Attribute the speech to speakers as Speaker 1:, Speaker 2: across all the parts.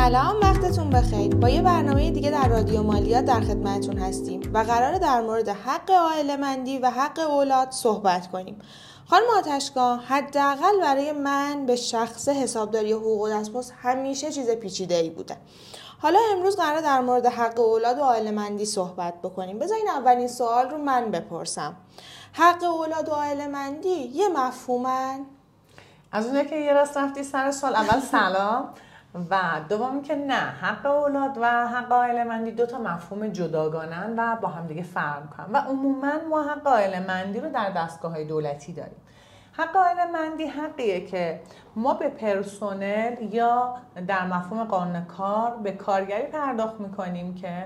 Speaker 1: سلام، وقتتون بخیر. با یه برنامه دیگه در رادیو مالیات در خدمتتون هستیم و قراره در مورد حق عائله‌مندی و حق اولاد صحبت کنیم. خانم آتشگاه، حداقل برای من به شخص حسابداری حقوق و دستمزد همیشه چیز پیچیده‌ای بوده. حالا امروز قراره در مورد حق اولاد و عائله‌مندی صحبت بکنیم. بذارین اولین سوال رو من بپرسم. حق اولاد و عائله‌مندی یه مفهومن؟
Speaker 2: از اونجایی که یه راست رفتی سر سوال، اول سلام و دوم که نه، حق اولاد و حق عائله‌مندی دو تا مفهوم جداگانه‌اند و با هم دیگه فرق می‌کنن و عموماً ما حق عائله‌مندی رو در دستگاه‌های دولتی داریم. حق عائله‌مندی حقیه که ما به پرسنل یا در مفهوم قانون کار به کارگری پرداخت می‌کنیم که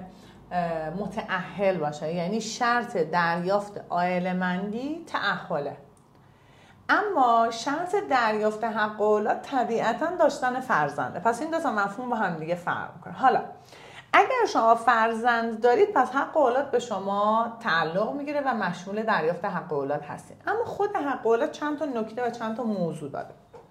Speaker 2: متأهل باشه، یعنی شرط دریافت عائله‌مندی تأهله. اما شرط دریافت حق اولاد طبیعتاً داشتن فرزنده. پس این دو تا مفهوم با هم دیگه فرق می‌کنه. حالا اگر شما فرزند دارید، پس حق اولاد به شما تعلق میگیره و مشمول دریافت حق اولاد هستید. اما خود حق اولاد چند تا نکته و چند تا موضوع داره.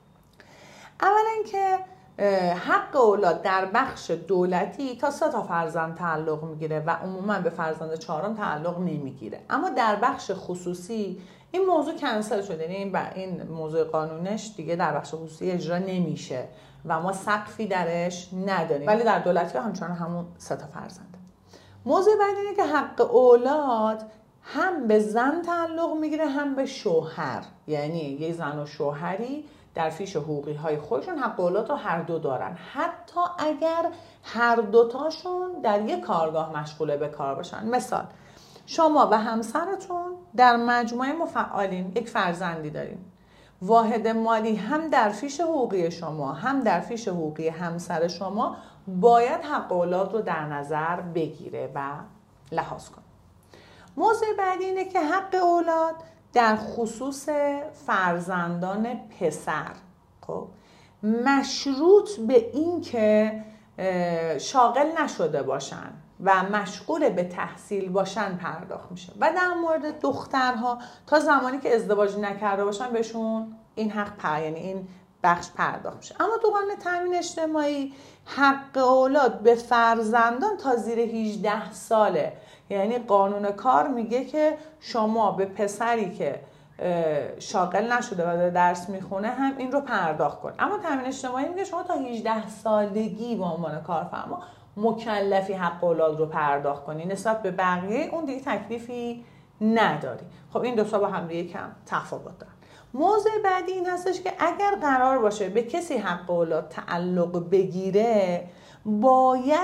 Speaker 2: اولا که حق اولاد در بخش دولتی تا 3 تا فرزند تعلق میگیره و عموما به فرزند چهارم تعلق نمیگیره. اما در بخش خصوصی این موضوع کنسل شده، یعنی این موضوع قانونش دیگه در بخش خصوصی اجرا نمیشه و ما سقفی درش نداریم، ولی در دولتی همچنان همون 3 تا فرزنده. موضوع بعدی اینه که حق اولاد هم به زن تعلق میگیره هم به شوهر، یعنی یه زن و شوهری در فیش حقوقی های خودشون حق اولاد رو هر دو دارن، حتی اگر هر دوتاشون در یک کارگاه مشغول به کار باشن. مثال، شما و همسرتون در مجموعه مفعالین یک فرزندی دارین، واحد مالی هم در فیش حقوقی شما هم در فیش حقوقی همسر شما باید حق اولاد رو در نظر بگیره و لحاظ کنه. موضوع بعدی اینه که حق اولاد در خصوص فرزندان پسر مشروط به این که شاغل نشده باشن و مشغول به تحصیل باشن پرداخت میشه و در مورد دخترها تا زمانی که ازدواج نکرده باشن بهشون این حق یعنی این بخش پرداخت میشه. اما تو قانون تامین اجتماعی حق اولاد به فرزندان تا زیر 18 ساله، یعنی قانون کار میگه که شما به پسری که شاغل نشده و درس میخونه هم این رو پرداخت کن. اما تامین اجتماعی میگه شما تا 18 سالگی به عنوان کارفرما مکلفی حق اولاد رو پرداخت کنی، نسبت به بقیه اون دیگه تکلیفی نداری. خب این دو تا با هم دیگه کم تفاوت دارن. موضوع بعدی این هستش که اگر قرار باشه به کسی حق اولاد تعلق بگیره، باید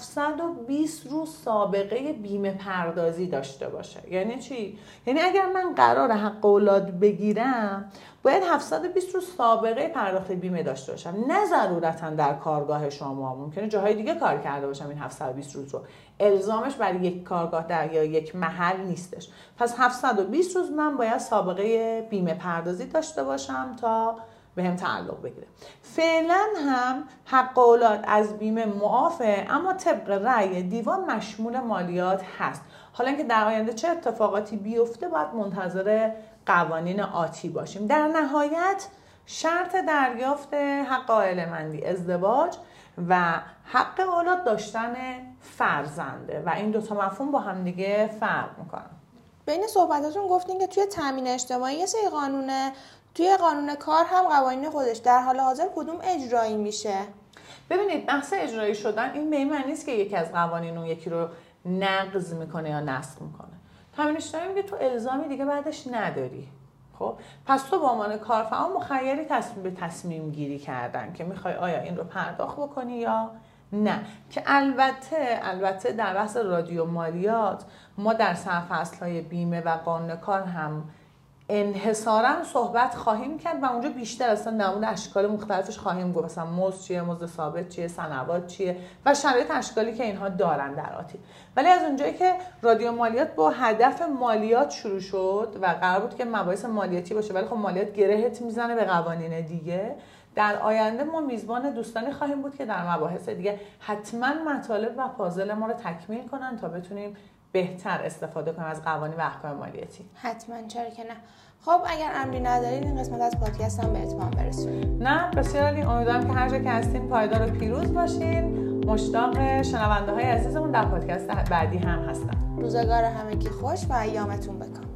Speaker 2: 720 روز سابقه بیمه پردازی داشته باشه. یعنی چی؟ یعنی اگر من قرار حق اولاد بگیرم، باید 720 روز سابقه پرداخت بیمه داشته باشم. نه ضرورتاً در کارگاه شما، ممکنه جاهای دیگه کار کرده باشم این 720 روز رو. الزامش برای یک کارگاه یا یک محل نیستش. پس 720 روز من باید سابقه بیمه پردازی داشته باشم تا به هم تعلق بگیره. فعلا هم حق اولاد از بیمه معافه، اما طبق رأی دیوان مشمول مالیات هست. حالا اینکه در آینده چه اتفاقاتی بیفته باید منتظر قوانین آتی باشیم. در نهایت شرط دریافت حق عائله‌مندی ازدواج و حق اولاد داشتن فرزنده و این دو تا مفهوم با هم دیگه فرق میکنن.
Speaker 1: بین صحبتاتون گفتین که توی تامین اجتماعی یه سری قانونه، توی قانون کار هم قوانین خودش، در حال حاضر کدوم اجرایی میشه؟
Speaker 2: ببینید، بحث اجرایی شدن این به این معنی نیست که یکی از قوانین اون یکی رو نقض میکنه یا نسخ میکنه. تامین اجتماعی میگه تو الزامی دیگه بعدش نداری. خب پس تو به عنوان کارفرما مخیری به تصمیم گیری کردن که میخوای آیا این رو پرداخت بکنی یا نه. که البته در بحث رادیو مالیات ما در سرفصل‌های بیمه و قانون کار هم انحصاراً صحبت خواهیم کرد و اونجا بیشتر اصلا نمود اشکال مختلفش خواهیم گفت، مثلا مزد چیه، مزد ثابت چیه، سنوات چیه و شرایط اشکالی که اینها دارن در آتی. ولی از اونجایی که رادیو مالیات با هدف مالیات شروع شد و قرار بود که مباحث مالیاتی باشه، ولی خب مالیات گرهت میزنه به قوانین دیگه، در آینده ما میزبان دوستانی خواهیم بود که در مباحث دیگه حتما مطالب و پازل ما رو تکمیل کنن تا بتونیم بهتر استفاده کنیم از قوانین و احکام مالیاتی.
Speaker 1: حتما، چرا که نه. خب اگر امری ندارید این قسمت از پادکست هم به اتمام برسونید.
Speaker 2: نه بسیار عالی. امیدوارم که هر جا که هستین پایدار و پیروز باشین. مشتاق شنونده های عزیزمون در پادکست بعدی هم هستم.
Speaker 1: روزگار همگی خوش و ایامتون بکام.